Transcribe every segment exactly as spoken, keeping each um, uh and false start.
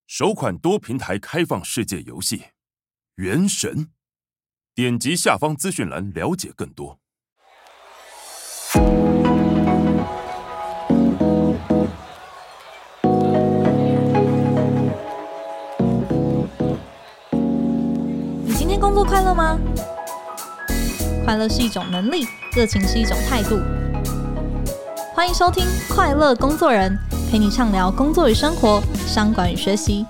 首款多平台开放世界游戏《原神》，点击下方资讯栏了解更多。 你今天工作快乐吗？快乐是一种能力，热情是一种态度。欢迎收听《快乐工作人》，陪你畅聊工作与生活、商管与学习。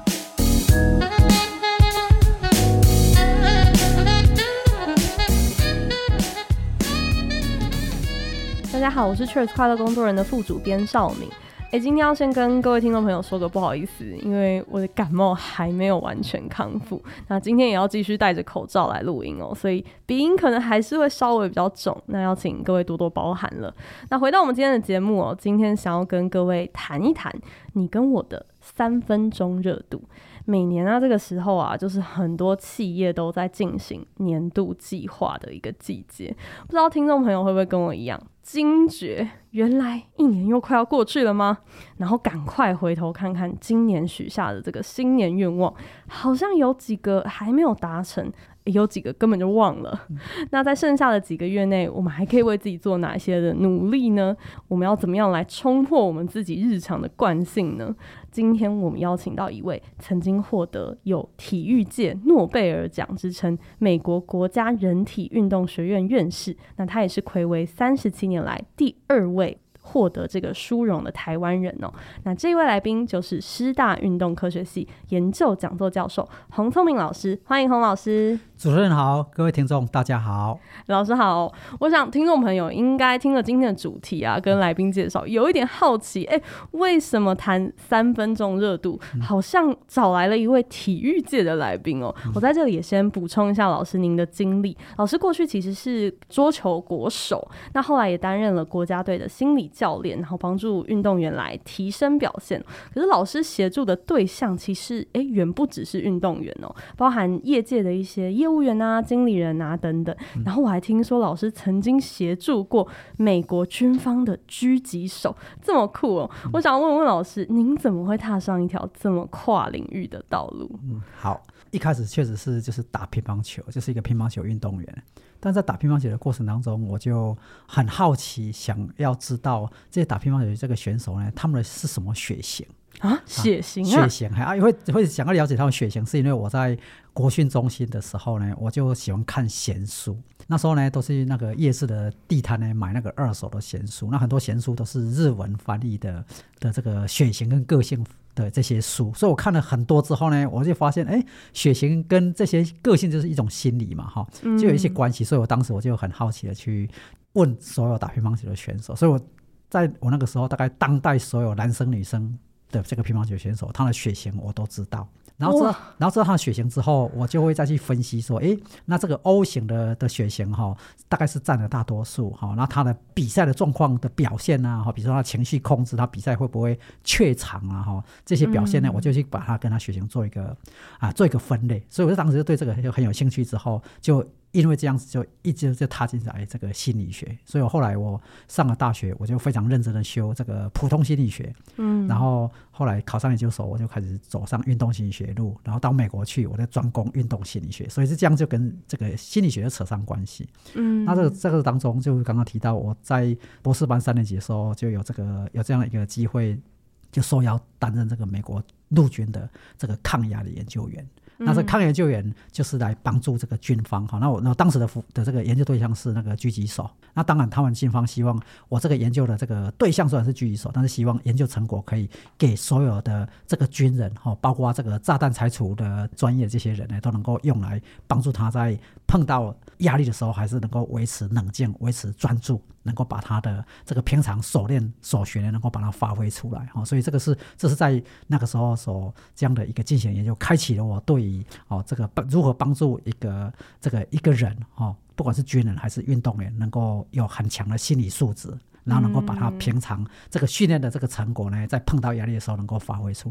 大家好，我是 Cheers 快乐工作人的副主编邵敏。欸，今天要先跟各位听众朋友说个不好意思，因为我的感冒还没有完全康复，那今天也要继续戴着口罩来录音哦，所以鼻音可能还是会稍微比较重，那要请各位多多包涵了。那回到我们今天的节目哦，今天想要跟各位谈一谈你跟我的三分钟热度。每年啊这个时候啊，就是很多企业都在进行年度计划的一个季节，不知道听众朋友会不会跟我一样惊觉原来一年又快要过去了吗？然后赶快回头看看今年许下的这个新年愿望，好像有几个还没有达成，有几个根本就忘了。嗯、那在剩下的几个月内，我们还可以为自己做哪些的努力呢？我们要怎么样来冲破我们自己日常的惯性呢？今天我们邀请到一位曾经获得有体育界诺贝尔奖之称，美国国家人体运动学院院士，那他也是睽违三十七年来第二位获得这个殊荣的台湾人哦。那这位来宾就是师大运动科学系研究讲座教授洪聪明老师，欢迎洪老师。 主持人好，各位听众大家好。 老师好。我想听众朋友应该听了今天的主题啊跟来宾介绍有一点好奇，哎，为什么谈三分钟热度、嗯、好像找来了一位体育界的来宾哦、嗯、我在这里也先补充一下老师您的经历。老师过去其实是桌球国手，那后来也担任了国家队的心理教练，然后帮助运动员来提升表现。可是老师协助的对象其实哎远不只是运动员哦，包含业界的一些业务员啊、经理人啊等等。然后我还听说老师曾经协助过美国军方的狙击手，这么酷哦！我想问问老师，您怎么会踏上一条这么跨领域的道路？ 嗯，好，一开始确实是就是打乒乓球，就是一个乒乓球运动员。但在打乒乓球的过程当中，我就很好奇，想要知道这些打乒乓球的这个选手呢，他们的是什么血型啊？血型啊？ 血型啊，会会想要了解他们血型，是因为我在国训中心的时候呢，我就喜欢看闲书。那时候呢，都是那个夜市的地摊呢买那个二手的闲书，那很多闲书都是日文翻译的的这个血型跟个性的这些书，所以我看了很多之后呢，我就发现，哎，血型跟这些个性就是一种心理嘛，哈，就有一些关系。嗯、所以我当时我就很好奇的去问所有打乒乓球的选手，所以我在我那个时候，大概当代所有男生女生的这个乒乓球选手，他的血型我都知道。然后知道，然后知道他的血型之后，我就会再去分析说，哎，那这个 O 型的的血型哈，大概是占了大多数哈。然后他的比赛的状况的表现啊，哈，比如说他情绪控制，他比赛会不会怯场啊，哈，这些表现呢，嗯、我就去把他跟他血型做一个啊做一个分类。所以我就当时就对这个就很有兴趣，之后就因为这样子就一直就踏进来这个心理学。所以我后来我上了大学，我就非常认真的修这个普通心理学，嗯，然后后来考上研究所，我就开始走上运动心理学路，然后到美国去，我就专攻运动心理学，所以是这样就跟这个心理学就扯上关系。嗯，那这个这个当中，就刚刚提到我在博士班三年级的时候，就有这个有这样一个机会，就受邀担任这个美国陆军的这个抗压的研究员。那这抗研究员就是来帮助这个军方，好，那我那我当时的的这个研究对象是那个狙击手。那当然，他们军方希望我这个研究的这个对象虽然是狙击手，但是希望研究成果可以给所有的这个军人，包括这个炸弹拆除的专业这些人呢，都能够用来帮助他在碰到压力的时候，还是能够维持冷静、维持专注，能够把他的这个平常所练所学呢，能够把它发挥出来。所以这个是这是在那个时候所这样的一个进行研究，开启了我对于哦这个如何帮助一个这个一个人哦，不管是军人还是运动员，能够有很强的心理素质，然后能够把他平常这个训练的这个成果呢，在碰到压力的时候能够发挥出来。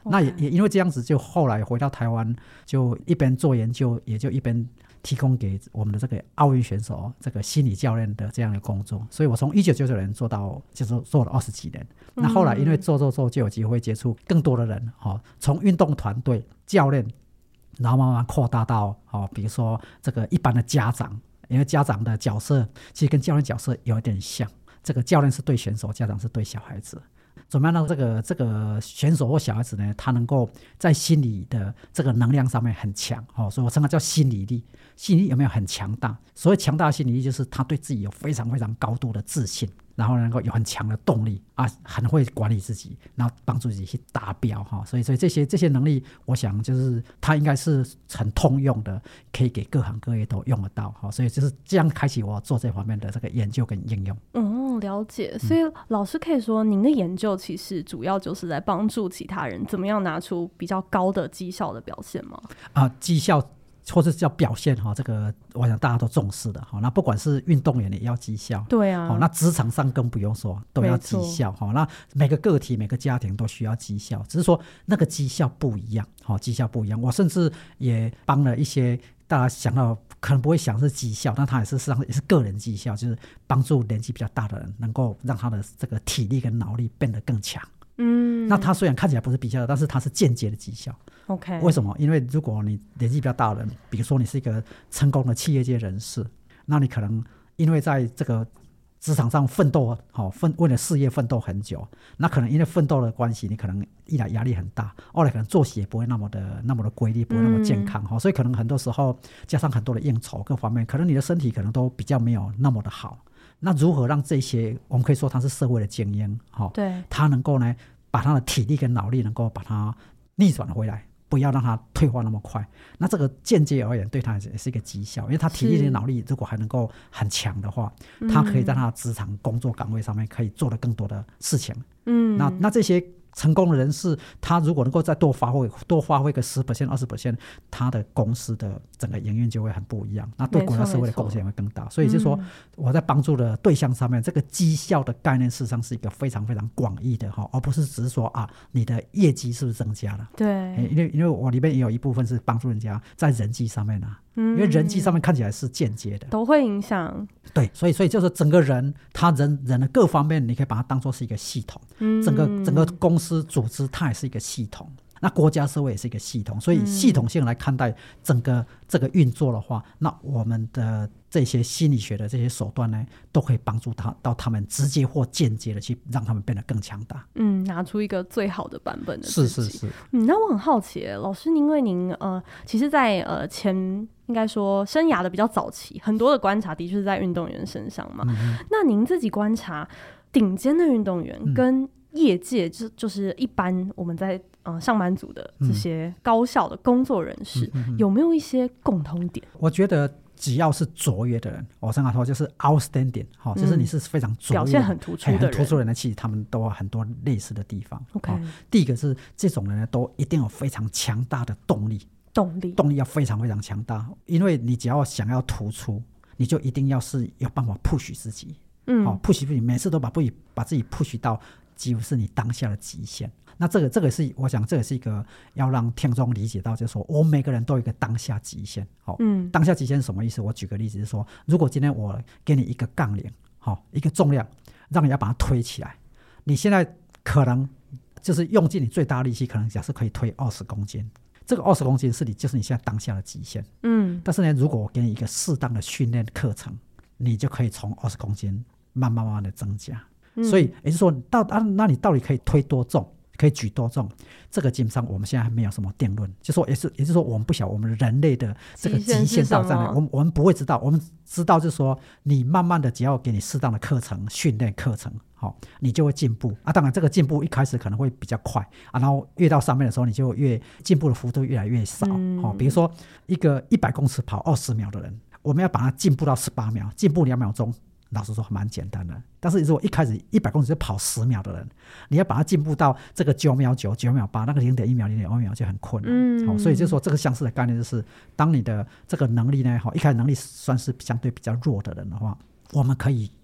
那也也因为这样子，就后来回到台湾，就一边做研究，也就一边提供给我们的这个奥运选手这个心理教练的这样的工作。所以我从一九九九年做到就是做了二十几年。那后来因为做做做就有机会接触更多的人，哦，从运动团队教练，然后慢慢扩大到哦，比如说这个一般的家长，因为家长的角色其实跟教练角色有一点像，这个教练是对选手，家长是对小孩子。怎么样让这个这个选手或小孩子呢，他能够在心理的这个能量上面很强，哦，所以我称它叫心理力。心理力有没有很强大？所谓强大的心理力，就是他对自己有非常非常高度的自信，然后能够有很强的动力啊，很会管理自己，然后帮助自己去达标哈。所以，所以这些这些能力，我想就是他应该是很通用的，可以给各行各业都用得到哈。所以就是这样开启我做这方面的这个研究跟应用。 嗯，了解。所以老师可以说，您的研究其实主要就是在帮助其他人怎么样拿出比较高的绩效的表现吗？ 啊，绩效。或者叫表现，这个我想大家都重视的。那不管是运动员也要绩效， 对啊， 那职场上更不用说，都要绩效。那每个个体每个家庭都需要绩效，只是说那个绩效不一样，绩效不一样。我甚至也帮了一些大家想到可能不会想是绩效，但它也是实际上也是个人绩效，就是帮助年纪比较大的人能够让他的这个体力跟脑力变得更强。嗯，那他虽然看起来不是比较的，但是他是间接的绩效。 OK， 为什么？因为如果你年纪比较大的人，比如说你是一个成功的企业界人士，那你可能因为在这个职场上奋斗，哦，奋为了事业奋斗很久，那可能因为奋斗的关系，你可能一来压力很大，二来可能作息也不会那么的那么的规律，不会那么健康，嗯，所以可能很多时候加上很多的应酬各方面，可能你的身体可能都比较没有那么的好。那如何让这些我们可以说他是社会的精英，哦，对，他能够呢把他的体力跟脑力能够把它逆转回来，不要让他退化那么快。那这个间接而言对他也是一个绩效，因为他体力跟脑力如果还能够很强的话，他可以在他的职场工作岗位上面可以做得更多的事情。嗯，那那这些成功的人士，他如果能够再多发挥多发挥个 百分之十 百分之二十， 他的公司的整个营运就会很不一样，那对国家社会的贡献会更大。所以就是说我在帮助的对象上面，这个绩效的概念事实上是一个非常非常广义的，而不是只是说啊你的业绩是不是增加了。对，因为因为我里面也有一部分是帮助人家在人际上面啊，因为人际上面看起来是间接的， 都会影响。对， 所以所以就是整个人他人人的各方面，你可以把它当作是一个系统，嗯，整个整个公司组织它也是一个系统，那国家社会也是一个系统，所以系统性来看待整个这个运作的话，那我们的这些心理学的这些手段呢，都可以帮助他到他们直接或间接的去让他们变得更强大。 嗯，拿出一个最好的版本的自己。 是是是。 嗯，那我很好奇，老师，因为您呃，其实在呃前应该说生涯的比较早期，很多的观察的确是在运动员身上嘛。嗯，那您自己观察顶尖的运动员跟业界，就就是一般我们在呃上班族的这些高效的工作人士，嗯，有没有一些共通点？ 我觉得只要是卓越的人，我常常说就是 outstanding，哦，嗯，就是你是非常卓越的， 表现很突出的人， 很突出的人，其实他们都有很多类似的地方。 OK，哦， 第一个是这种人呢，都一定有非常强大的动力， 动力， 动力要非常非常强大，因为你只要想要突出，你就一定要是有办法 push 自己，嗯，哦，push 自己，每次都把自己把自己 push 到几乎是你当下的极限。那这个这个是我想这也是一个要让听众理解到，就是说我们每个人都有一个当下极限。好，嗯，当下极限是什么意思？我举个例子是说，如果今天我给你一个杠铃，好，一个重量，让你要把它推起来，你现在可能就是用尽你最大力气，可能假设可以推二十公斤，这个二十公斤是你就是你现在当下的极限。嗯，但是呢，如果我给你一个适当的训练课程，你就可以从二十公斤慢慢慢慢的增加。所以也就是说到啊，那你到底可以推多重，可以举多重，这个基本上我们现在还没有什么定论，就说也是也就是说我们不晓得我们人类的这个极限到在哪，我们我们不会知道，我们知道就是说你慢慢的只要给你适当的课程训练课程，好，你就会进步啊。当然这个进步一开始可能会比较快啊，然后越到上面的时候你就越进步的幅度越来越少。嗯，好，比如说一个一百公尺跑二十秒的人，我们要把它进步到十八秒，进步两秒钟。老实说蛮简单的，但是如果一开始一百公尺就跑十秒的人，你要把它进步到这个九秒九、九秒八，那个零点一秒、零点二秒就很困难。嗯，好，所以就是说这个相似的概念就是，当你的这个能力呢，一开始能力算是相对比较弱的人的话，我们可以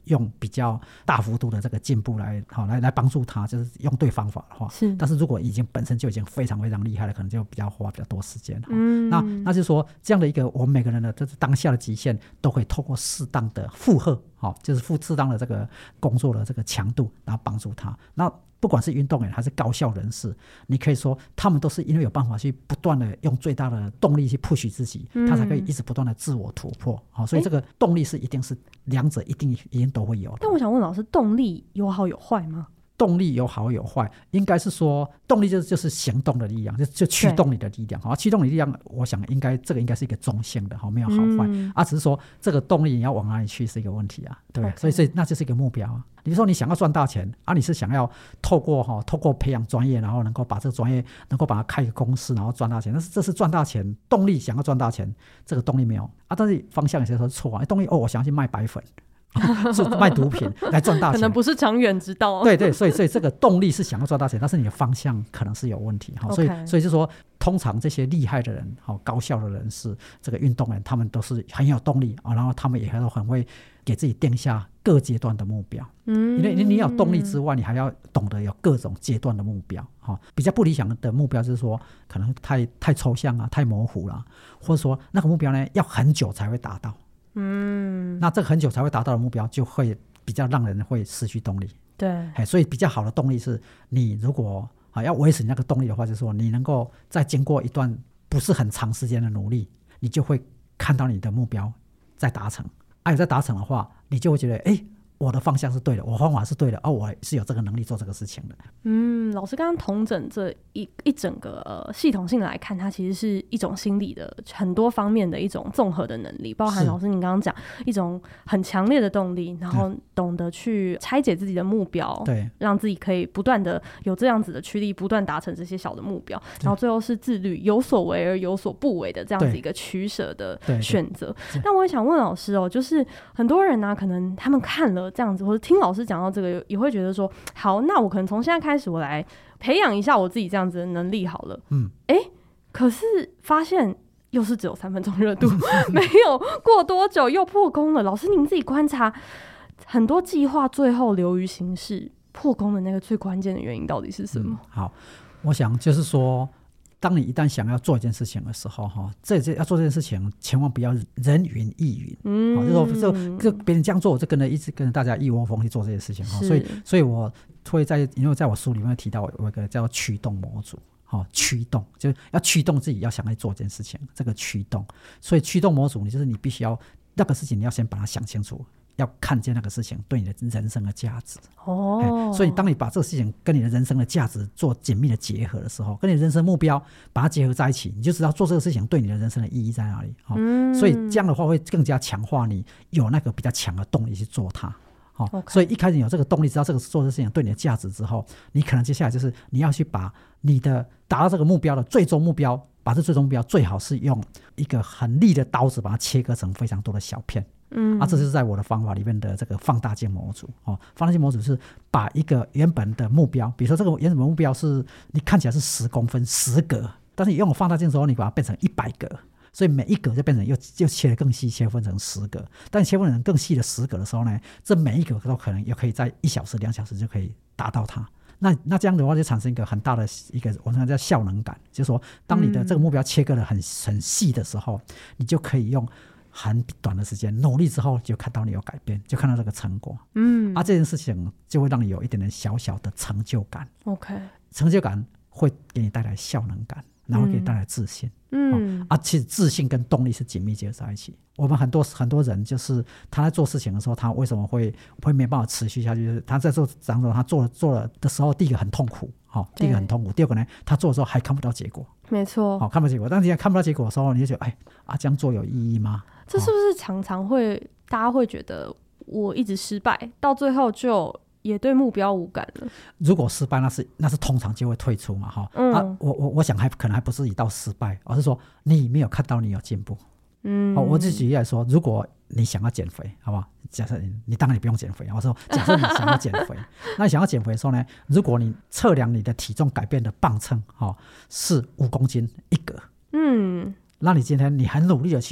用比较大幅度的这个进步来好来来帮助他，就是用对方法的话， 是。 但是如果已经本身就已经非常非常厉害了，可能就比较花比较多时间。 嗯， 那那就是说这样的一个我们每个人的就是当下的极限都可以透过适当的负荷，好，就是负适当的这个工作的这个强度，然后帮助他。那不管是运动员还是高效人士，你可以说他们都是因为有办法去不断的用最大的动力去 push 自己，他才可以一直不断的自我突破。好，所以这个动力是一定是两者一定一定都会有的。 但我想问老师，动力有好有坏吗？ 动力有好有坏，应该是说动力就是就是行动的力量，就就驱动你的力量。好，驱动你的力量，我想应该这个应该是一个中性的，好，没有好坏、嗯、啊，只是说这个动力你要往哪里去是一个问题啊，对不对？ Okay. 所以所以那就是一个目标啊。比如说你想要赚大钱啊，你是想要透过哈透过培养专业，然后能够把这个专业能够把它开一个公司，然后赚大钱，但是这是赚大钱动力，想要赚大钱，这个动力没有啊，但是方向有些时候错啊，动力哦，我想要去卖白粉。是卖毒品来赚大钱， 可能不是长远之道。 对对，所以所以这个动力是想要赚大钱，但是你的方向可能是有问题。所以所以就说，通常这些厉害的人、高效的人士，这个运动人，他们都是很有动力，然后他们也都很会给自己定下各阶段的目标。嗯，因为你有动力之外，你还要懂得有各种阶段的目标。比较不理想的目标就是说，可能太太抽象啊，太模糊了，或者说那个目标呢要很久才会达到。嗯，那这个很久才会达到的目标就会比较让人会失去动力。 对， 所以比较好的动力是你如果、啊、要维持你那个动力的话，就是说你能够在经过一段不是很长时间的努力，你就会看到你的目标在达成。啊，有在达成的话，你就会觉得哎，我的方向是对的，我方法是对的，哦，我是有这个能力做这个事情的。 嗯，老师刚刚统整这一一整个、呃、系统性来看，它其实是一种心理的很多方面的一种综合的能力，包含老师你刚刚讲一种很强烈的动力，然后懂得去拆解自己的目标，对，让自己可以不断的有这样子的驱力，不断达成这些小的目标，然后最后是自律，有所为而有所不为的这样子一个取舍的选择。那我也想问老师哦，就是很多人呢、啊，可能他们看了这样子，或者听老师讲到这个，也会觉得说，好，那我可能从现在开始，我来培养一下我自己这样子的能力好了。嗯，哎，可是发现又是只有三分钟热度，没有过多久又破功了。老师，您自己观察，很多计划最后流于形式，破功的那个最关键的原因到底是什么？嗯、 好，我想就是说。当你一旦想要做一件事情的时候，这要做这件事情，千万不要人云亦云。嗯，就说就就别人这样做，我就跟着一直跟着大家一窝蜂去做这件事情。所以，所以我会在因为在我书里面提到有一个叫驱动模组，哦，驱动就是要驱动自己要想来做一件事情，这个驱动。所以驱动模组，你就是你必须要那个事情，你要先把它想清楚。要看见那个事情对你的人生的价值哦，所以当你把这个事情跟你的人生的价值做紧密的结合的时候，跟你的人生目标把它结合在一起，你就知道做这个事情对你的人生的意义在哪里、哦嗯、所以这样的话会更加强化你有那个比较强的动力去做它、哦 okay. 所以一开始你有这个动力，知道这个做这个事情对你的价值之后，你可能接下来就是你要去把你的达到这个目标的最终目标，把这最终目标最好是用一个很利的刀子把它切割成非常多的小片。嗯，啊，这是在我的方法里面的这个放大镜模组哦。放大镜模组是把一个原本的目标，比如说这个原本目标是你看起来是十公分十格，但是你用了放大镜之后，你把它变成一百格，所以每一格就变成又又切得更细，切分成十格。但切分成更细的十格的时候呢，这每一格都可能也可以在一小时、两小时就可以达到它。那那这样的话就产生一个很大的一个我们叫效能感，就是说当你的这个目标切割得很很细的时候，你就可以用很短的时间努力之后就看到你有改变，就看到这个成果。嗯，啊，这件事情就会让你有一点点小小的成就感。OK， 成就感会给你带来效能感，然后给你带来自信。嗯，哦、啊，其实自信跟动力是紧密结合在一起。我们很多很多人就是他在做事情的时候，他为什么会会没办法持续下去？就是他在做当中，他做了做了的时候，第一个很痛苦，哦，第一个很痛苦。第二个呢，他做的时候还看不到结果。 没错， 哦，看不到结果。当你看不到结果的时候，你就觉得，哎啊，这样做有意义吗？ 这是不是常常会、哦、大家会觉得我一直失败，到最后就也对目标无感了？ 如果失败，那是那是通常就会退出嘛，哈、嗯啊。我我我想还可能还不是一到失败，而是说你没有看到你有进步。嗯，哦、我自己来说，如果你想要减肥，好不好？假设 你, 你当然你不用减肥，我说假设你想要减肥，那你想要减肥的时候呢，如果你测量你的体重改变的磅秤，哦，是五公斤一格，嗯，那你今天你很努力的去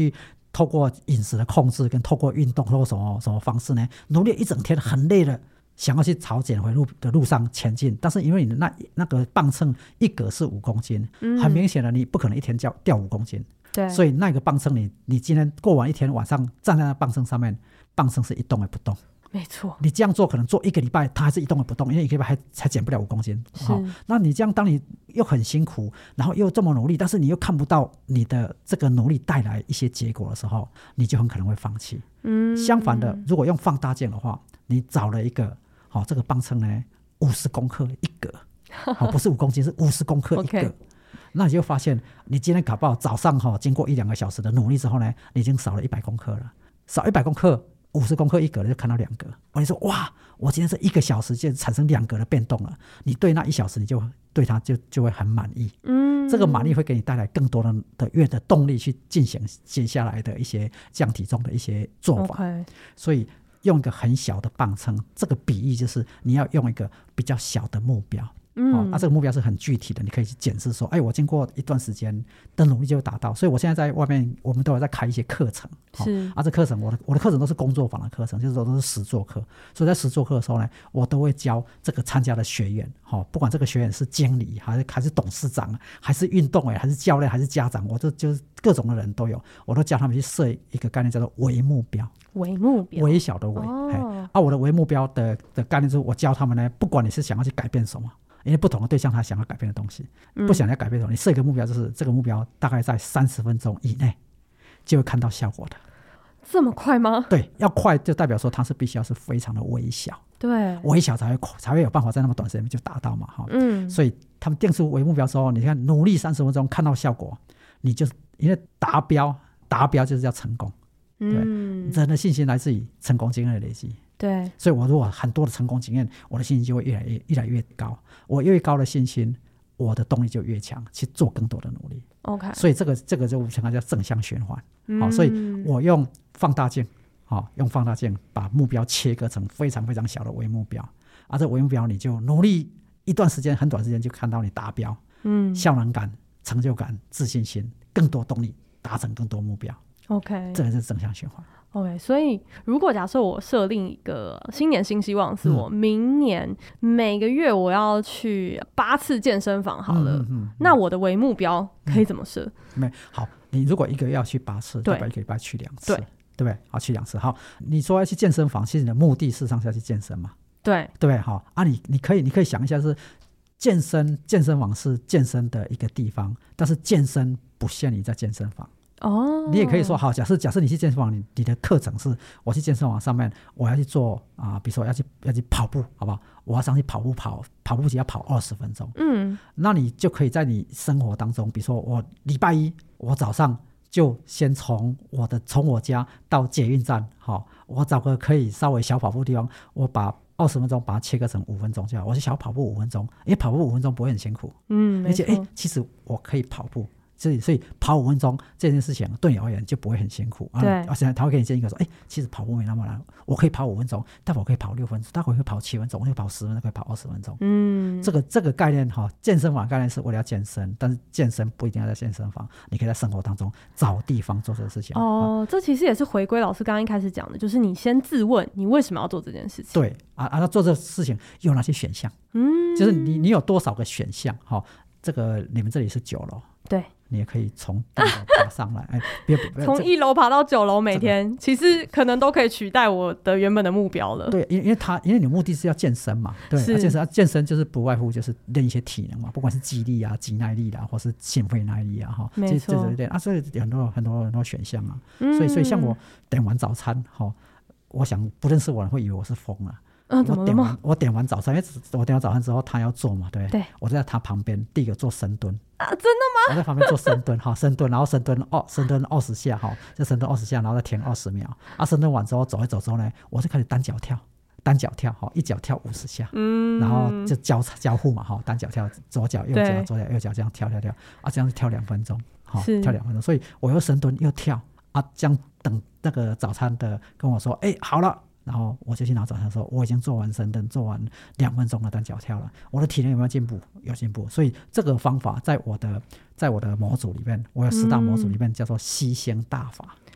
透过饮食的控制跟透过运动透过什么什么方式呢，努力一整天很累了，想要去朝减肥路的路上前进，但是因为你那那个磅秤一格是五公斤、嗯、很明显的你不可能一天掉掉五公斤， 对， 所以那个磅秤你你今天过完一天晚上站在那磅秤上面，磅秤是一动也不动， 没错，你这样做可能做一个礼拜它还是一动也不动，因为一个礼拜还才减不了五公斤、哦、那你这样当你又很辛苦然后又这么努力，但是你又看不到你的这个努力带来一些结果的时候，你就很可能会放弃、嗯、相反的如果用放大镜的话，你找了一个、哦、这个磅秤呢五十公克一格、哦、不是五公斤是五十公克一格okay，那你就发现你今天搞不好早上、哦、经过一两个小时的努力之后呢，你已经少了一百公克了，少一百公克五十公克一格就看到两格，你说哇我今天这一个小时就产生两格的变动了，你对那一小时你就对它 就, 就会很满意，嗯，这个满意会给你带来更多 的, 的月的动力去进行接下来的一些降体重的一些做法、okay。 所以用一个很小的磅秤，这个比喻就是你要用一个比较小的目标，嗯，哦，那这个目标是很具体的，你可以去检视说，哎，我经过一段时间的努力就达到。所以我现在在外面，我们都有在开一些课程，是、哦、啊，这课程我的我的课程都是工作坊的课程，就是说都是实作课。所以在实作课的时候呢，我都会教这个参加的学员，哦，不管这个学员是经理还是还是董事长，还是运动员，还是教练，还是家长，我就就是各种的人都有，我都教他们去设一个概念叫做微目标。微目标，微小的微，哦，啊，我的微目标 的, 的概念就是我教他们呢，不管你是想要去改变什么，因为不同的对象他想要改变的东西，嗯，不想要改变什么，你设一个目标，就是这个目标大概在三十分钟以内就会看到效果的。 这么快吗？ 对，要快就代表说它是必须要是非常的微小，对，微小才会才会有办法在那么短时间就达到嘛，嗯，所以他们定出微目标之后，你看努力三十分钟看到效果，你就因为达标，达标就是要成功。对，嗯，人的信心来自于成功经验的累积。对，所以我如果很多的成功经验，我的信心就会越来越越来越高。我越高的信心，我的动力就越强，去做更多的努力。OK， 所以这个这个就我们讲叫正向循环。嗯，好，所以我用放大镜，好，用放大镜把目标切割成非常非常小的微目标，啊，这微目标你就努力一段时间，很短时间就看到你达标。嗯，效能感、成就感、自信心，更多动力，达成更多目标。OK， 这个是正向循环。 OK， 所以如果假设我设定一个新年新希望，是我明年每个月我要去八次健身房好了，嗯嗯嗯，那我的微目标可以怎么设？ 嗯，好，你如果一个月要去八次，代表一个礼拜去两次，对，对不对？好，去两次。好，你说要去健身房，其实你的目的事实上是要去健身嘛？对，对不对？好啊，你你可以你可以想一下是。健身健身房是健身的一个地方，但是健身不限于在健身房。哦，你也可以说好，假设假设你去健身房，你你的课程是我去健身房上面，我要去做啊、呃，比如说要去要去跑步，好不好？我要上去跑步跑跑步机要跑二十分钟。嗯，那你就可以在你生活当中，比如说我礼拜一我早上就先从我的从我家到捷运站，好，我找个可以稍微小跑步的地方，我把二十分钟把它切割成五分钟就好，我就想要跑步五分钟，因为跑步五分钟不会很辛苦，嗯，而且哎，其实我可以跑步，所以所以跑五分钟这件事情对你而言就不会很辛苦，对，而且他会给你建议说，哎，其实跑步没那么难，我可以跑五分钟，待会我可以跑六分钟，待会我可以跑七分钟，我可以跑十分钟，可以跑二十分钟，嗯，这个这个概念哈，健身房概念是为了要健身，但是健身不一定要在健身房，你可以在生活当中找地方做这个事情。 哦，这其实也是回归老师刚刚一开始讲的，就是你先自问你为什么要做这件事情。 对啊啊，做这个事情有哪些选项？嗯，就是你你有多少个选项？哈，这个你们这里是九楼，对。你也可以从一楼爬上来，哎，别从一楼爬到九楼，每天、这个、其实可能都可以取代我的原本的目标了。 对，因为他因为你的目的是要健身嘛，对，是、啊、健身、啊、健身就是不外乎就是练一些体能嘛，不管是肌力啊、肌耐力啦，或是心肺耐力啊，哈，没错，对对对啊，所以很多很多很多选项啊，嗯、所以所以像我点完早餐，哈，我想不认识我的人会以为我是疯了。嗯，我点完我点完早餐，因为我点完早餐之后，他要做嘛，对不对？对，我就在他旁边，第一个做深蹲啊，真的吗？ 我在旁边做深蹲，好，深蹲，然后深蹲哦，深蹲二十下，好，就深蹲二十下，然后再停二十秒。啊，深蹲完之后走一走之后呢，我就开始单脚跳，单脚跳，好，一脚跳五十下，嗯，然后就交交互嘛，好，单脚跳，左脚右脚，左脚右脚这样跳跳跳，啊，这样跳两分钟，好，跳两分钟，所以我又深蹲又跳，啊，这样等那个早餐的跟我说，哎，好了。然后我就去拿早餐的时候，我已经做完深蹲，做完两分钟的单脚跳了。我的体能有没有进步？有进步。所以这个方法在我的在我的模组里面，我有十大模组里面叫做吸星大法。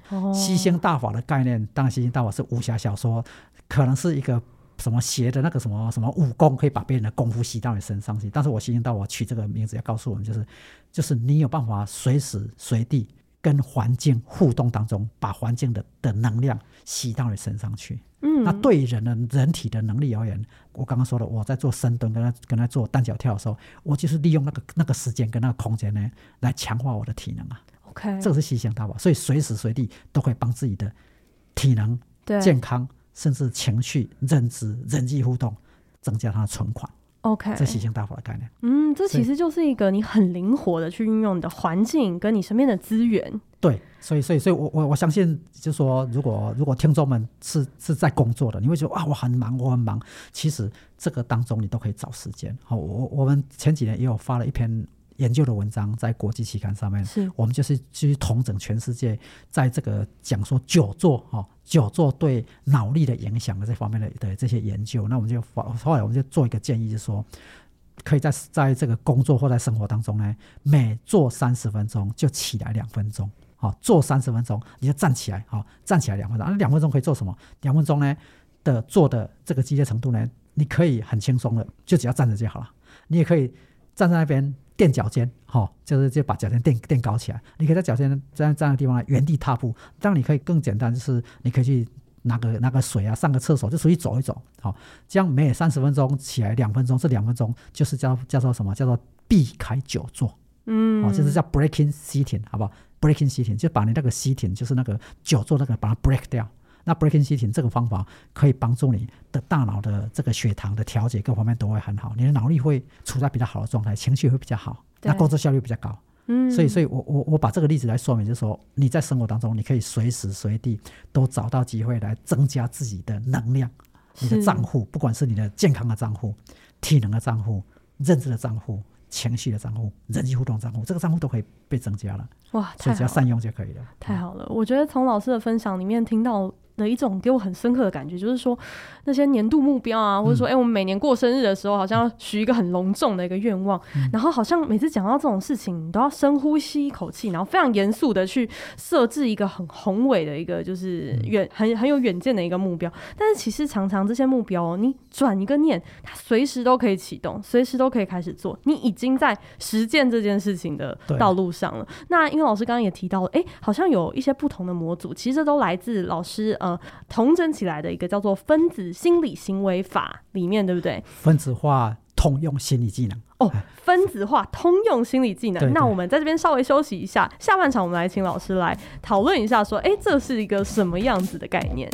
哦， 吸星大法的概念，当然吸星大法是武侠小说，可能是一个什么邪的那个什么什么武功可以把别人的功夫吸到你身上去，但是我吸星大法取这个名字要告诉我们，就是就是你有办法随时随地跟环境互动当中，把环境 的, 的能量吸到你身上去。嗯，那对于人的人体的能力而言，我刚刚说的，我在做深蹲跟他跟他做单脚跳的时候，我就是利用那个那个时间跟那个空间呢，来强化我的体能啊。 OK， 这个是吸星大法，所以随时随地都可以帮自己的体能、健康，甚至情绪、认知、人际互动增加它的存款。 OK， 这吸星大法的概念。 嗯，这其实就是一个你很灵活的去运用你的环境跟你身边的资源。 对，所以所以所以我我我相信，就是说，如果如果听众们是是在工作的，你会觉得哇，我很忙，我很忙。其实这个当中你都可以找时间。好，我我们前几年也有发了一篇研究的文章在国际期刊上面，是我们就是去统整全世界在这个讲说久坐哦，久坐对脑力的影响的这方面 的, 的这些研究。那我们就后来我们就做一个建议，就是说可以在在这个工作或在生活当中呢，每坐三十分钟就起来两分钟。好，坐三十分钟你就站起来，好，站起来两分钟。那、啊、两分钟可以做什么？两分钟呢的做的这个激烈程度呢，你可以很轻松的，就只要站着就好了。你也可以站在那边垫脚尖，哦，就是就把脚尖垫垫高起来。你可以在脚尖在这样的地方原地踏步。当然你可以更简单，就是你可以去拿个拿个水啊，上个厕所，就出去走一走。好，这样每三十分钟起来两分钟，这两分钟就是叫叫做什么？叫做避开久坐。嗯，哦，就是叫 breaking sitting， 好不好 ？breaking sitting 就把你那个 sitting 就是那个久坐那个把它 break 掉。那 breaking sitting 这个方法可以帮助你的大脑的这个血糖的调节各方面都会很好，你的脑力会处在比较好的状态，情绪会比较好，那工作效率比较高。嗯，所以所以我我我把这个例子来说明，就是说你在生活当中，你可以随时随地都找到机会来增加自己的能量，你的账户，不管是你的健康的账户、体能的账户、认知的账户、情绪的账户、人际互动账户，这个账户都可以被增加了。 哇， 所以只要善用就可以了。 太好了，我觉得从老师的分享里面听到的一种给我很深刻的感觉，就是说那些年度目标啊，或者说哎、欸，我们每年过生日的时候好像要许一个很隆重的一个愿望、嗯、然后好像每次讲到这种事情你都要深呼吸一口气，然后非常严肃的去设置一个很宏伟的一个就是远很很有远见的一个目标。但是其实常常这些目标你转一个念，它随时都可以启动，随时都可以开始做，你已经在实践这件事情的道路上了。那因为老师刚刚也提到了，哎、欸，好像有一些不同的模组，其实这都来自老师呃统整起来的一个叫做分子心理行为法里面，对不对？ 分子化通用心理技能哦，分子化通用心理技能。对对，那我们在这边稍微休息一下，下半场我们来请老师来讨论一下说，哎，这是一个什么样子的概念？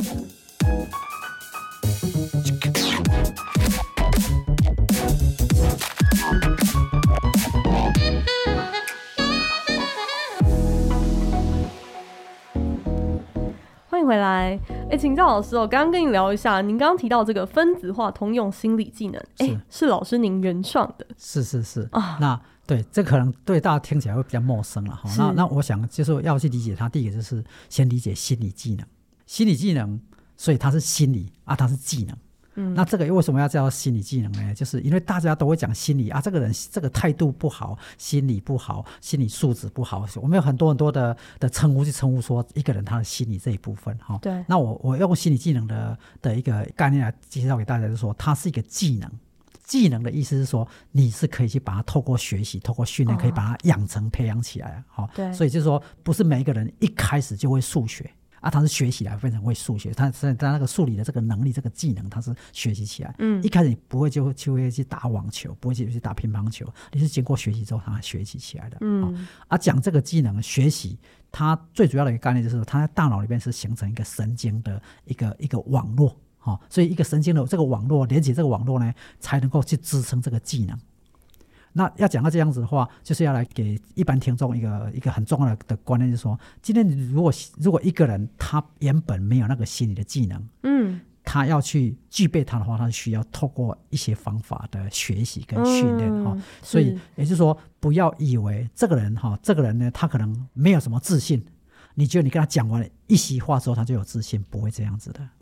欢迎回来。哎，请教老师哦，刚刚跟你聊一下，您刚刚提到这个分子化通用心理技能，哎，是老师您原创的？ 是是是啊，那对，这可能对大家听起来会比较陌生了哈。那那我想就是要去理解它，第一个就是先理解心理技能，心理技能，所以它是心理啊，它是技能。嗯，那这个为什么要叫心理技能呢？就是因为大家都会讲心理啊，这个人这个态度不好，心理不好，心理素质不好，我们有很多很多的的称呼去称呼说一个人他的心理这一部分哈。对，那我我用心理技能的的一个概念来介绍给大家，就是说它是一个技能。技能的意思是说，你是可以去把它透过学习、透过训练，可以把它养成、培养起来。好、哦，对，所以就是说，不是每一个人一开始就会数学。啊，他是学习来变成会数学，他他那个数理的这个能力、这个技能，他是学习起来。嗯，一开始你不会就就会去打网球，不会去去打乒乓球，你是经过学习之后他学习起来的。嗯，哦、啊，讲这个技能学习，它最主要的一个概念就是它在大脑里面是形成一个神经的一个一个网络。哦，所以一个神经的这个网络连接这个网络呢，才能够去支撑这个技能。那要讲到这样子的话，就是要来给一般听众一个一个很重要的观念，就是说，今天如果如果一个人他原本没有那个心理的技能，嗯，他要去具备它的话，他需要透过一些方法的学习跟训练哈、嗯。所以也就是说，不要以为这个人哈，这个人呢，他可能没有什么自信，你觉得你跟他讲完一席话之后，他就有自信，不会这样子的。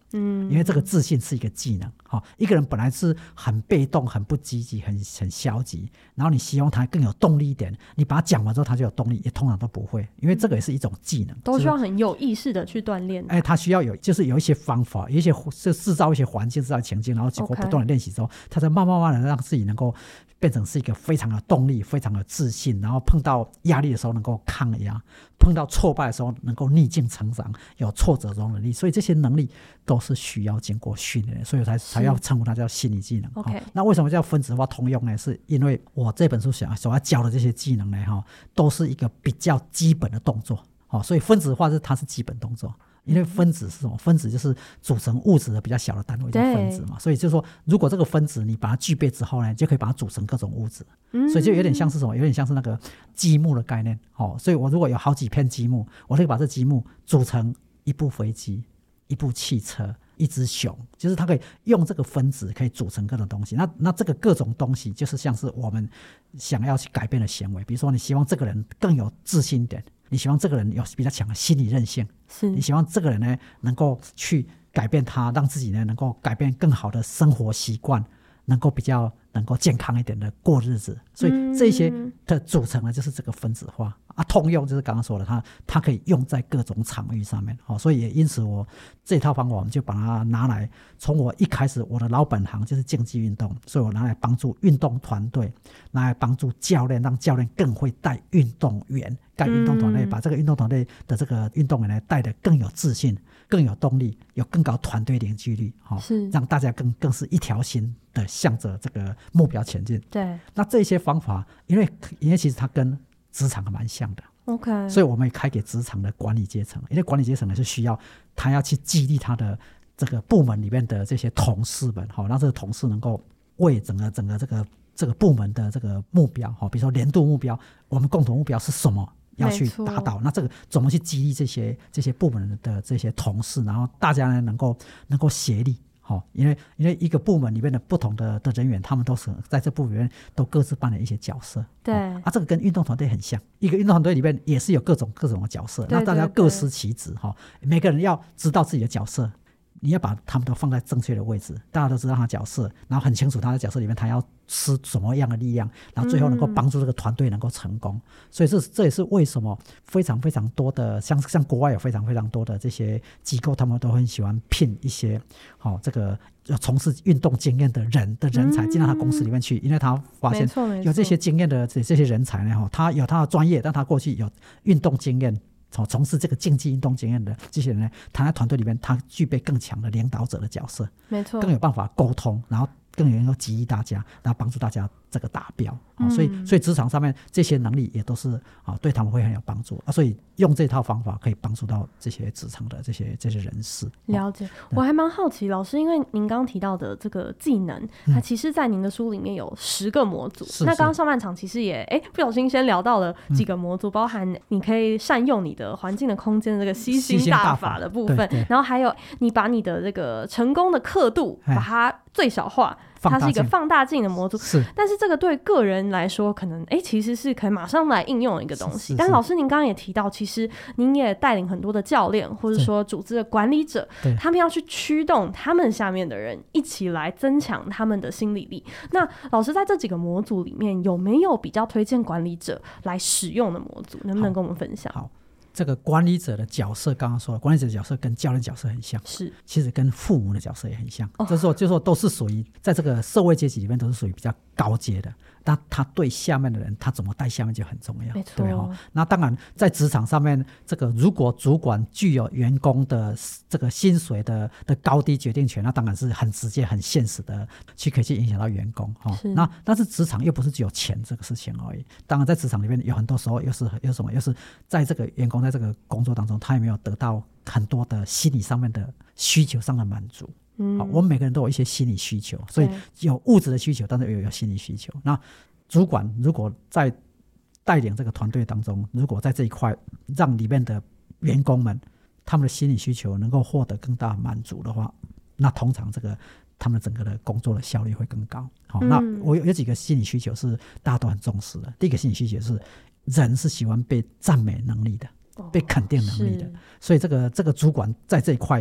嗯，因为这个自信是一个技能、哦、一个人本来是很被动很不积极 很, 很消极，然后你希望他更有动力一点，你把他讲完之后他就有动力，也通常都不会，因为这个也是一种技能， 都需要很有意识的去锻炼。 哎，他需要有就是有一些方法，有一些就制造一些环境，制造情境，然后经过不断的练习之后， okay. 他才慢慢慢的让自己能够变成是一个非常有动力非常有自信，然后碰到压力的时候能够抗压，碰到挫败的时候能够逆境成长，有挫折容忍力，所以这些能力都是需要经过训练的，所以才才要称呼它叫心理技能、 okay. 哦、那为什么叫分子化通用呢？是因为我这本书想所要教的这些技能呢、哦、都是一个比较基本的动作、哦、所以分子化是它是基本动作，因为分子是什么？分子就是组成物质的比较小的单位叫分子嘛，所以就是说如果这个分子你把它具备之后呢，就可以把它组成各种物质、嗯、所以就有点像是什么？有点像是那个积木的概念、哦、所以我如果有好几片积木，我可以把这积木组成一部飞机，一部汽车，一只熊，就是它可以用这个分子可以组成各种东西。 那, 那这个各种东西就是像是我们想要去改变的行为，比如说你希望这个人更有自信一点，你希望这个人有比较强的心理韧性，是你希望这个人呢能够去改变他，让自己呢能够改变更好的生活习惯，能够比较能够健康一点的过日子，所以这些的组成呢就是这个分子化啊。通用就是刚刚说的，它它可以用在各种场域上面、哦、所以也因此我这套方法我们就把它拿来，从我一开始我的老本行就是竞技运动，所以我拿来帮助运动团队，拿来帮助教练，让教练更会带运动员，带运动团队、嗯、把这个运动团队的这个运动员呢带得更有自信，更有动力，有更高团队凝聚力、哦、让大家 更, 更是一条心的向着这个目标前进。 对， 那这些方法因为因为其实它跟职场蛮像的， OK， 所以我们也开给职场的管理阶层，因为管理阶层呢是需要他要去激励他的这个部门里面的这些同事们、哦、让这个同事能够为整个整个这个这个部门的这个目标、哦、比如说年度目标，我们共同目标是什么要去达到，那这个怎么去激励这些这些部门的这些同事，然后大家呢能够能够协力、哦、因为因为一个部门里面的不同 的, 的人员，他们都是在这部门里面都各自扮演一些角色。 对、 哦、啊，这个跟运动团队很像，一个运动团队里面也是有各种各种的角色， 对对对， 那大家各司其职、哦、每个人要知道自己的角色，你要把他们都放在正确的位置，大家都知道他的角色，然后很清楚他的角色里面他要施什么样的力量，然后最后能够帮助这个团队能够成功、嗯、所以 这, 这也是为什么非常非常多的 像, 像国外有非常非常多的这些机构，他们都很喜欢聘一些、哦、这个从事运动经验的人的人才进到他公司里面去、嗯、因为他发现有这些经验的这些人才呢，他有他的专业，但他过去有运动经验，从事这个竞技运动经验的这些人呢，他在团队里面他具备更强的领导者的角色， 没错， 更有办法沟通，然后更能够激励大家，然后帮助大家这个达标、嗯、所以所以职场上面这些能力也都是、啊、对他们会很有帮助、啊、所以用这套方法可以帮助到这些职场的这些这些人士。 了解、哦、我还蛮好奇老师，因为您刚刚提到的这个技能、嗯、它其实在您的书里面有十个模组，那刚刚上半场其实也哎不小心先聊到了几个模组、嗯、包含你可以善用你的环境的空间的这个吸星大法的部分，然后还有你把你的这个成功的刻度把它最小化，它是一个放大镜的模组，是，但是这个对个人来说可能哎其实是可以马上来应用的一个东西，但老师您刚刚也提到，其实您也带领很多的教练或者说组织的管理者，他们要去驱动他们下面的人一起来增强他们的心理力。那老师在这几个模组里面有没有比较推荐管理者来使用的模组，能不能跟我们分享？ 好，这个管理者的角色刚刚说了，管理者的角色跟教练角色很像， 是， 其实跟父母的角色也很像、哦、就是说就是说都是属于在这个社会阶级里面都是属于比较高阶的，那他对下面的人他怎么带下面就很重要， 没错， 对、哦、那当然在职场上面，这个如果主管具有员工的这个薪水 的, 的高低决定权，那当然是很直接很现实的去可以去影响到员工、哦、是，那但是职场又不是只有钱这个事情而已，当然在职场里面有很多时候又是有什么又是在这个员工在这个工作当中他也没有得到很多的心理上面的需求上的满足，嗯，我们每个人都有一些心理需求，所以有物质的需求，但是也有心理需求。那主管如果在带领这个团队当中，如果在这一块让里面的员工们他们的心理需求能够获得更大满足的话，那通常这个他们整个的工作的效率会更高。好、嗯，那我有有几个心理需求是大家都很重视的。第一个心理需求是人是喜欢被赞美能力的，被肯定能力的，所以这个这个主管在这一块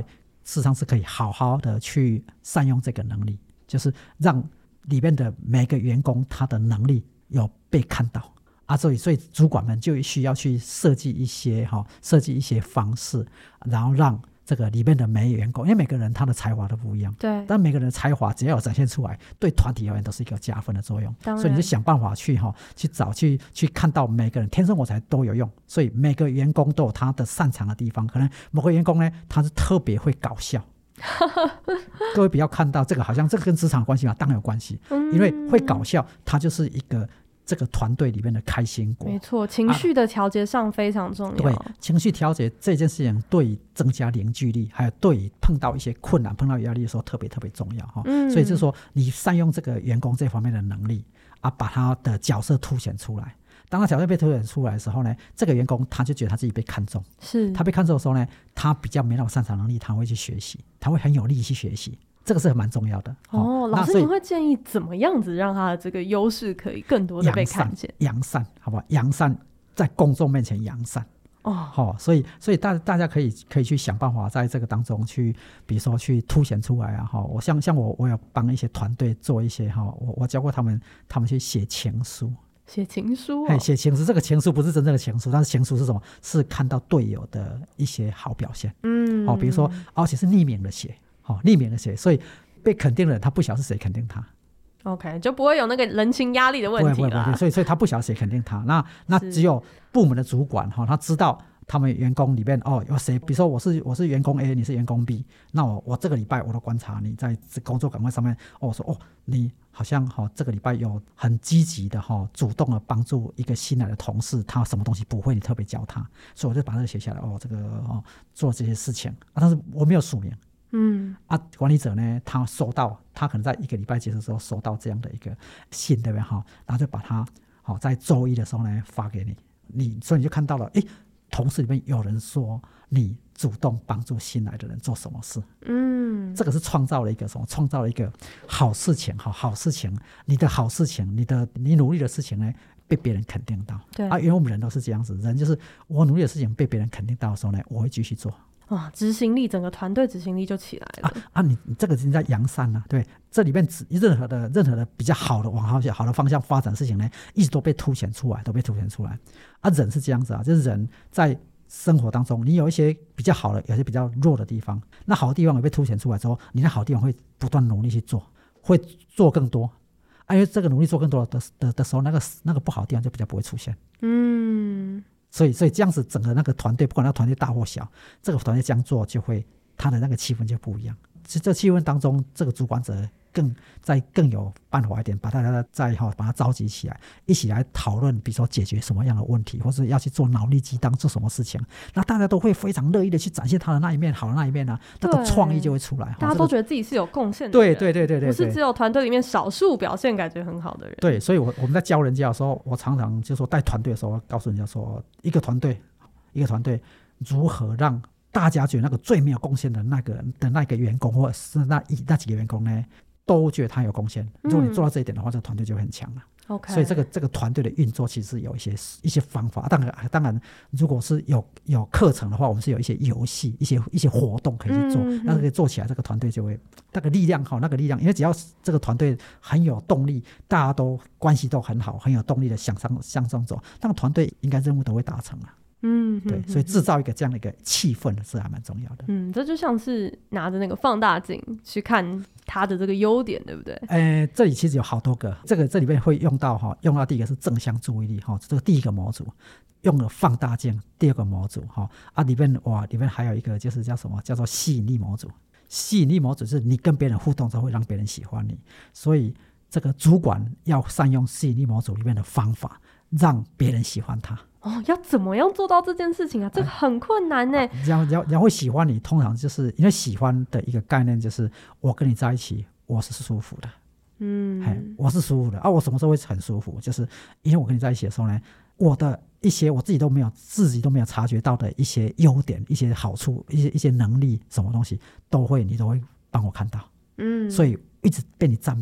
事实上是可以好好的去善用这个能力，就是让里面的每个员工他的能力有被看到啊，所以所以主管们就需要去设计一些哈，设计一些方式，然后让这个里面的每一个员工，因为每个人他的才华都不一样， 对， 但每个人的才华只要有展现出来，对团体而言都是一个加分的作用。所以你就想办法去哈，去找去去看到每个人天生我材都有用，所以每个员工都有他的擅长的地方。可能某个员工呢，他是特别会搞笑。各位不要看到这个好像这个跟职场关系嘛，当然有关系，因为会搞笑，他就是一个这个团队里面的开心果。 没错，情绪的调节上非常重要、啊、 对，情绪调节这件事情对于增加凝聚力，还有对于碰到一些困难碰到压力的时候特别特别重要、嗯、所以就是说你善用这个员工这方面的能力啊，把他的角色凸显出来。当他角色被凸显出来的时候呢，这个员工他就觉得他自己被看中，是他被看中的时候呢，他比较没那么擅长能力，他会去学习，他会很有力去学习，这个是蛮重要的。 哦，老师您会建议怎么样子让他的这个优势可以更多的被看见？ 扬善，好不好？扬善，在公众面前扬善。哦，哦所以所以大大家可以可以去想办法在这个当中去，比如说去凸显出来啊。哈，我像像我我有帮一些团队做一些哈，我我教过他们，他们去写情书。 写情书、哦、 写情书，这个情书不是真正的情书，但是情书是什么？是看到队友的一些好表现。嗯，哦，比如说，而且是匿名的写，哦，匿名的写，所以被肯定的人他不晓得是谁肯定他。 OK， 就不会有那个人情压力的问题了。 不会不会，所以所以他不晓得谁肯定他。那那只有部门的主管哈、哦，他知道他们员工里面哦有谁，比如说我是我是员工 A， 你是员工 B， 那我我这个礼拜我都观察你在工作岗位上面，哦，我说哦你好像哈、哦、这个礼拜有很积极的哈、哦、主动的帮助一个新来的同事，他什么东西不会你特别教他，所以我就把这个写下来哦，这个哦做这些事情啊，但是我没有署名。嗯啊，管理者呢，他收到，他可能在一个礼拜结束的时候收到这样的一个信，对不对哈？然后就把它好、哦、在周一的时候呢发给你，你所以你就看到了，哎，同事里面有人说你主动帮助新来的人做什么事，嗯，这个是创造了一个什么？创造了一个好事情，好好事情，你的好事情，你的你努力的事情呢，被别人肯定到，对啊，因为我们人都是这样子，人就是我努力的事情被别人肯定到的时候呢，我会继续做。 啊，执行力，整个团队执行力就起来了啊, 啊你你这个是在扬善啊，对，这里面任何的任何的比较好的往好好的方向发展的事情呢，一直都被凸显出来，都被凸显出来。啊，人是这样子啊，就是人在生活当中，你有一些比较好的，有些比较弱的地方，那好的地方也被凸显出来之后，你那好的地方会不断努力去做，会做更多。啊，因为这个努力做更多 的, 的, 的时候，那个那个不好的地方就比较不会出现。嗯。所以，所以这样子，整个那个团队，不管那个团队大或小，这个团队这样做，就会他的那个气氛就不一样。这这气氛当中，这个主管者更再更有办法一点，把大家再哈把它召集起来，一起来讨论，比如说解决什么样的问题，或是要去做脑力激荡，做什么事情，那大家都会非常乐意的去展现他的那一面，好的那一面啊，那个创意就会出来。 大家都觉得自己是有贡献的， 对对对对对， 不是只有团队里面少数表现感觉很好的人。 对，所以我我们在教人家的时候，我常常就说带团队的时候，告诉人家说，一个团队。一个团队如何让大家觉得那个最没有贡献的那个的那个员工，或者是那一那几个员工呢，都觉得他有贡献。如果你做到这一点的话，嗯、这个团队就会很强了。Okay. 所以这个这个团队的运作其实有一些一些方法。当然当然，如果是有有课程的话，我们是有一些游戏、一些一些活动可以去做，嗯、那可以做起来，这个团队就会那个力量好，那个力量，因为只要这个团队很有动力，大家都关系都很好，很有动力的向上向上走，那个团队应该任务都会达成了。嗯，对，所以制造一个这样的一个气氛是还蛮重要的。 嗯，这就像是拿着那个放大镜去看他的这个优点，对不对？ 呃，这里其实有好多个，这个这里面会用到哈，用到第一个是正向注意力哈，这个第一个模组用了放大镜，第二个模组哈啊里面哇里面还有一个就是叫什么叫做吸引力模组。吸引力模组是你跟别人互动之后会让别人喜欢你，所以这个主管要善用吸引力模组里面的方法，让别人喜欢他。 哦，要怎么样做到这件事情啊？这个很困难呢。 人家人会喜欢你，通常就是因为喜欢的一个概念就是我跟你在一起，我是舒服的。嗯，我是舒服的啊。我什么时候会很舒服？就是因为我跟你在一起的时候呢，我的一些我自己都没有自己都没有察觉到的一些优点、一些好处、一些一些能力，什么东西都会你都会帮我看到。嗯，所以一直被你赞美。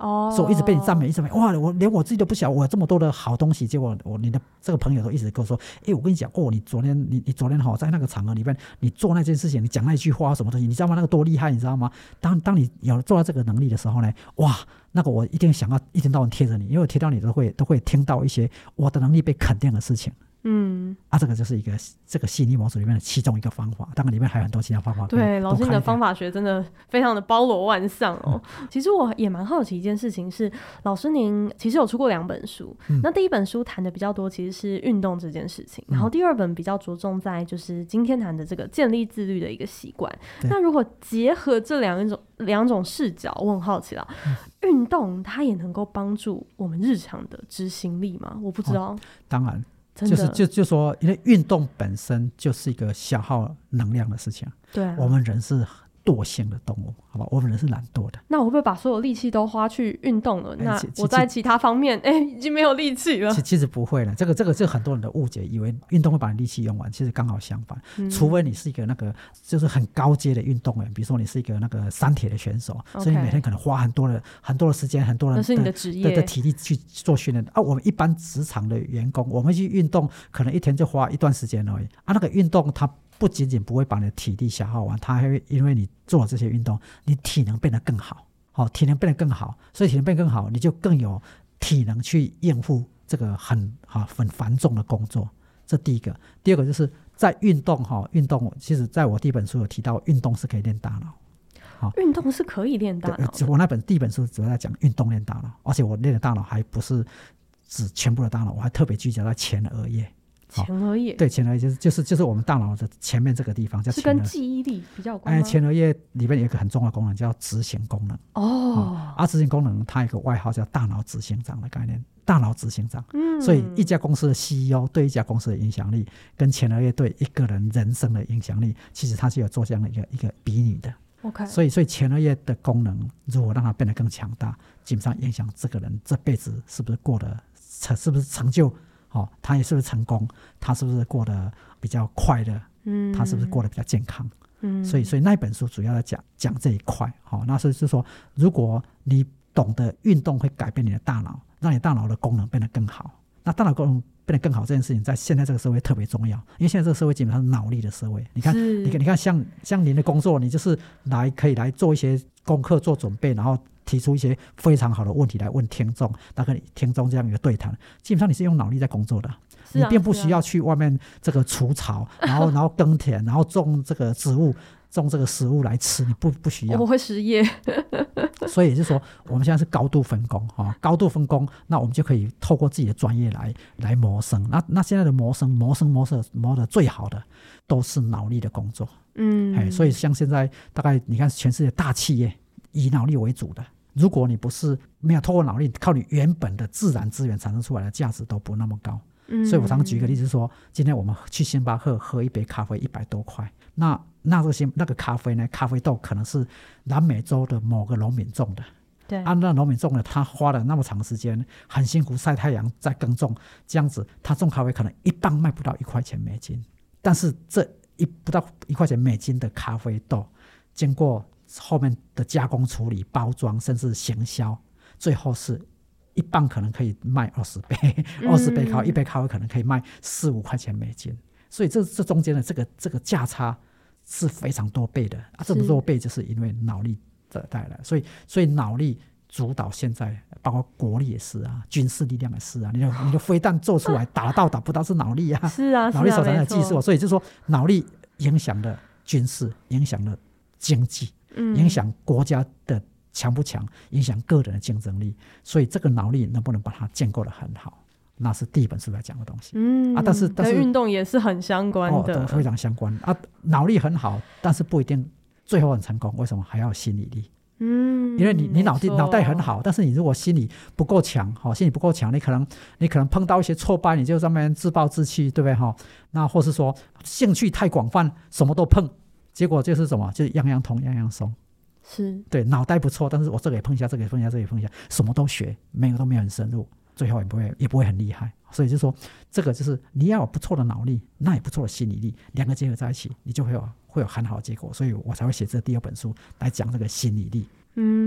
哦，所以我一直被你赞美，一直赞美，哇，我连我自己都不晓得我有这么多的好东西，结果我你的这个朋友都一直跟我说，哎，我跟你讲，哦，你昨天你你昨天好在那个场合里面，你做那件事情，你讲那句话什么东西，你知道吗？那个多厉害，你知道吗？当当你有做到这个能力的时候呢，哇，那个我一定想要一天到晚贴着你，因为我贴到你都会都会听到一些我的能力被肯定的事情。嗯，啊，这个就是一个这个吸引力模组里面的其中一个方法，当然里面还有很多其他方法。 对，老师你的方法学真的非常的包罗万象哦。嗯、其实我也蛮好奇一件事情是，老师您其实有出过两本书，嗯、那第一本书谈的比较多其实是运动这件事情，然后第二本比较着重在就是今天谈的这个建立自律的一个习惯。那如果结合这两种两种视角，我很好奇啦，嗯、运动它也能够帮助我们日常的执行力吗？我不知道。哦、 当然。就是就就说，因为运动本身就是一个消耗能量的事情。对、啊，我们人是惰性的动物，好吧？我们人是懒惰的。 那我会不会把所有力气都花去运动了？欸、那我在其他方面，哎、欸，已经没有力气了。 其其实不会了，这个这个是很多人的误解，以为运动会把你力气用完，其实刚好相反。嗯、除非你是一个那个就是很高阶的运动员，比如说你是一个那个三铁的选手， okay, 所以你每天可能花很多的很多的时间，很多人的那是你的职业的, 的体力去做训练啊。我们一般职场的员工，我们去运动，可能一天就花一段时间而已啊。那个运动它不仅仅不会把你的体力消耗完，它还会因为你做了这些运动，你体能变得更好，哦，体能变得更好，所以体能变得更好，你就更有体能去应付这个很啊很繁重的工作。这第一个。第二个就是在运动哈，运动其实在我第一本书有提到，运动是可以练大脑。 运动是可以练大脑的。 我那本第一本书主要在讲运动练大脑，而且我练的大脑还不是指全部的大脑，我还特别聚焦在前额叶。 前额叶， 对，前额叶就是就是就是我们大脑的前面这个地方，叫前额，是跟记忆力比较有关吗？ 哎，前额叶里面有一个很重要的功能叫执行功能。哦，而执行功能它有一个外号叫大脑执行长的概念，大脑执行长。嗯，所以一家公司的 C E O 对一家公司的影响力，跟前额叶对一个人人生的影响力，其实它是有做这样的一个一个比拟的。 OK， 所以所以前额叶的功能如果让它变得更强大，基本上影响这个人这辈子是不是过得是不是成就。哦，他也是不是成功？他是不是过得比较快乐？嗯，他是不是过得比较健康？嗯，所以所以那本书主要在讲讲这一块。好、哦，那是是说，如果你懂得运动会改变你的大脑，让你大脑的功能变得更好。那大脑功能变得更好这件事情，在现在这个社会特别重要，因为现在这个社会基本上是脑力的社会。你看，你看，你看，像像您的工作，你就是来可以来做一些功课、做准备，然后提出一些非常好的问题来问听众，那跟听众这样一个对谈，基本上你是用脑力在工作的，你并不需要去外面这个除草，然后然后耕田，然后种这个植物。种这个食物来吃，你不不需要， 我会失业。 所以也就是说，我们现在是高度分工哈，高度分工，那我们就可以透过自己的专业来来谋生。那那现在的谋生、谋生、谋生、谋的最好的都是脑力的工作。嗯，哎，所以像现在大概你看全世界大企业以脑力为主的，如果你不是没有透过脑力，靠你原本的自然资源产生出来的价值都不那么高。嗯，所以我常举一个例子说，今天我们去星巴克喝一杯咖啡一百多块，那那个那个咖啡呢，咖啡豆可能是南美洲的某个农民种的。对，啊，那农民种的，他花了那么长时间，很辛苦晒太阳在耕种，这样子，他种咖啡可能一磅卖不到一块钱美金，但是这一不到一块钱美金的咖啡豆，经过后面的加工处理、包装，甚至行销，最后是一磅可能可以卖二十杯，二十杯咖啡，一杯咖啡可能可以卖四五块钱美金，所以这这中间的这个这个价差是非常多倍的啊！这么多倍就是因为脑力的带来，所以所以脑力主导现在，包括国力也是啊，军事力量也是啊。你的你的飞弹做出来打得到打不到是脑力啊， 是啊， 脑力所产生的技术，所以就是说脑力影响了军事，影响了经济，嗯、影响国家的强不强，影响个人的竞争力。所以这个脑力能不能把它建构得很好？那是第一本书来讲的东西，嗯啊，但是但是跟运动也是很相关的， 哦、非常相关啊。脑力很好，但是不一定最后很成功。为什么？还要有心理力。嗯，因为你你脑地脑袋很好，但是你如果心理不够强，哈、哦，心理不够强，你可能你可能碰到一些挫败，你就在那边自暴自弃，对不对哈？那或是说兴趣太广泛，什么都碰，结果就是什么？就是样样通，样样松。 是对，脑袋不错，但是我这个也碰一下，这个也碰一下，这个也碰一下，什么都学，没有都没有很深入。最后也不会也不会很厉害，所以就说这个就是你要有不错的脑力，那也不错的心理力，两个结合在一起，你就会有会有很好的结果。所以我才会写这第二本书来讲这个心理力。 嗯，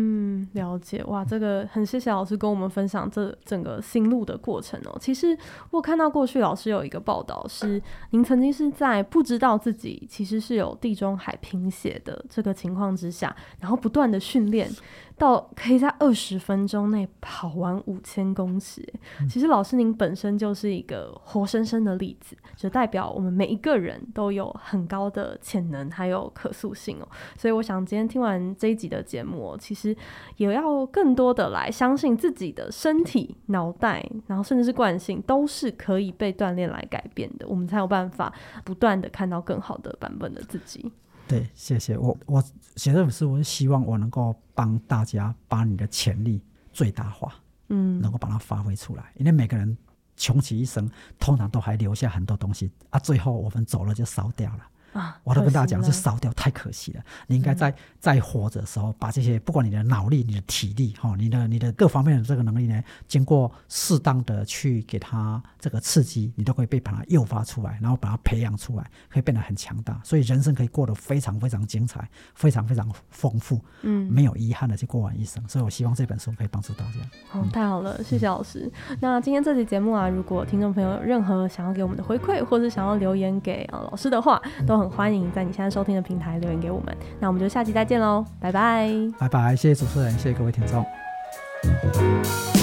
嗯，了解。哇，这个很谢谢老师跟我们分享这整个心路的过程哦。其实我看到过去老师有一个报道是，您曾经是在不知道自己其实是有地中海贫血的这个情况之下，然后不断的训练，到可以在二十分钟内跑完五千公尺。其实老师您本身就是一个活生生的例子，就代表我们每一个人都有很高的潜能还有可塑性哦。所以我想今天听完这一集的节目哦，其实也要更多的来相信自己的身体、脑袋，然后甚至是惯性都是可以被锻炼来改变的，我们才有办法不断的看到更好的版本的自己。 对，谢谢。我我写这本书，我是希望我能够帮大家把你的潜力最大化，嗯，能够把它发挥出来。因为每个人穷其一生，通常都还留下很多东西啊，最后我们走了就烧掉了。啊、我都跟大家讲，是烧掉太可惜了。你应该在在活着的时候，把这些不管你的脑力、你的体力、哦、你的你的各方面的这个能力呢，经过适当的去给它这个刺激，你都可以被把它诱发出来，然后把它培养出来，可以变得很强大。所以人生可以过得非常非常精彩，非常非常丰富，嗯，没有遗憾的去过完一生。所以我希望这本书可以帮助大家。 哦、嗯，太好了，谢谢老师。嗯、那今天这期节目啊，如果听众朋友有任何想要给我们的回馈，或是想要留言给、呃、老师的话，都很欢迎在你现在收听的平台留言给我们。那我们就下期再见喽，拜拜。 拜拜，谢谢主持人，谢谢各位听众。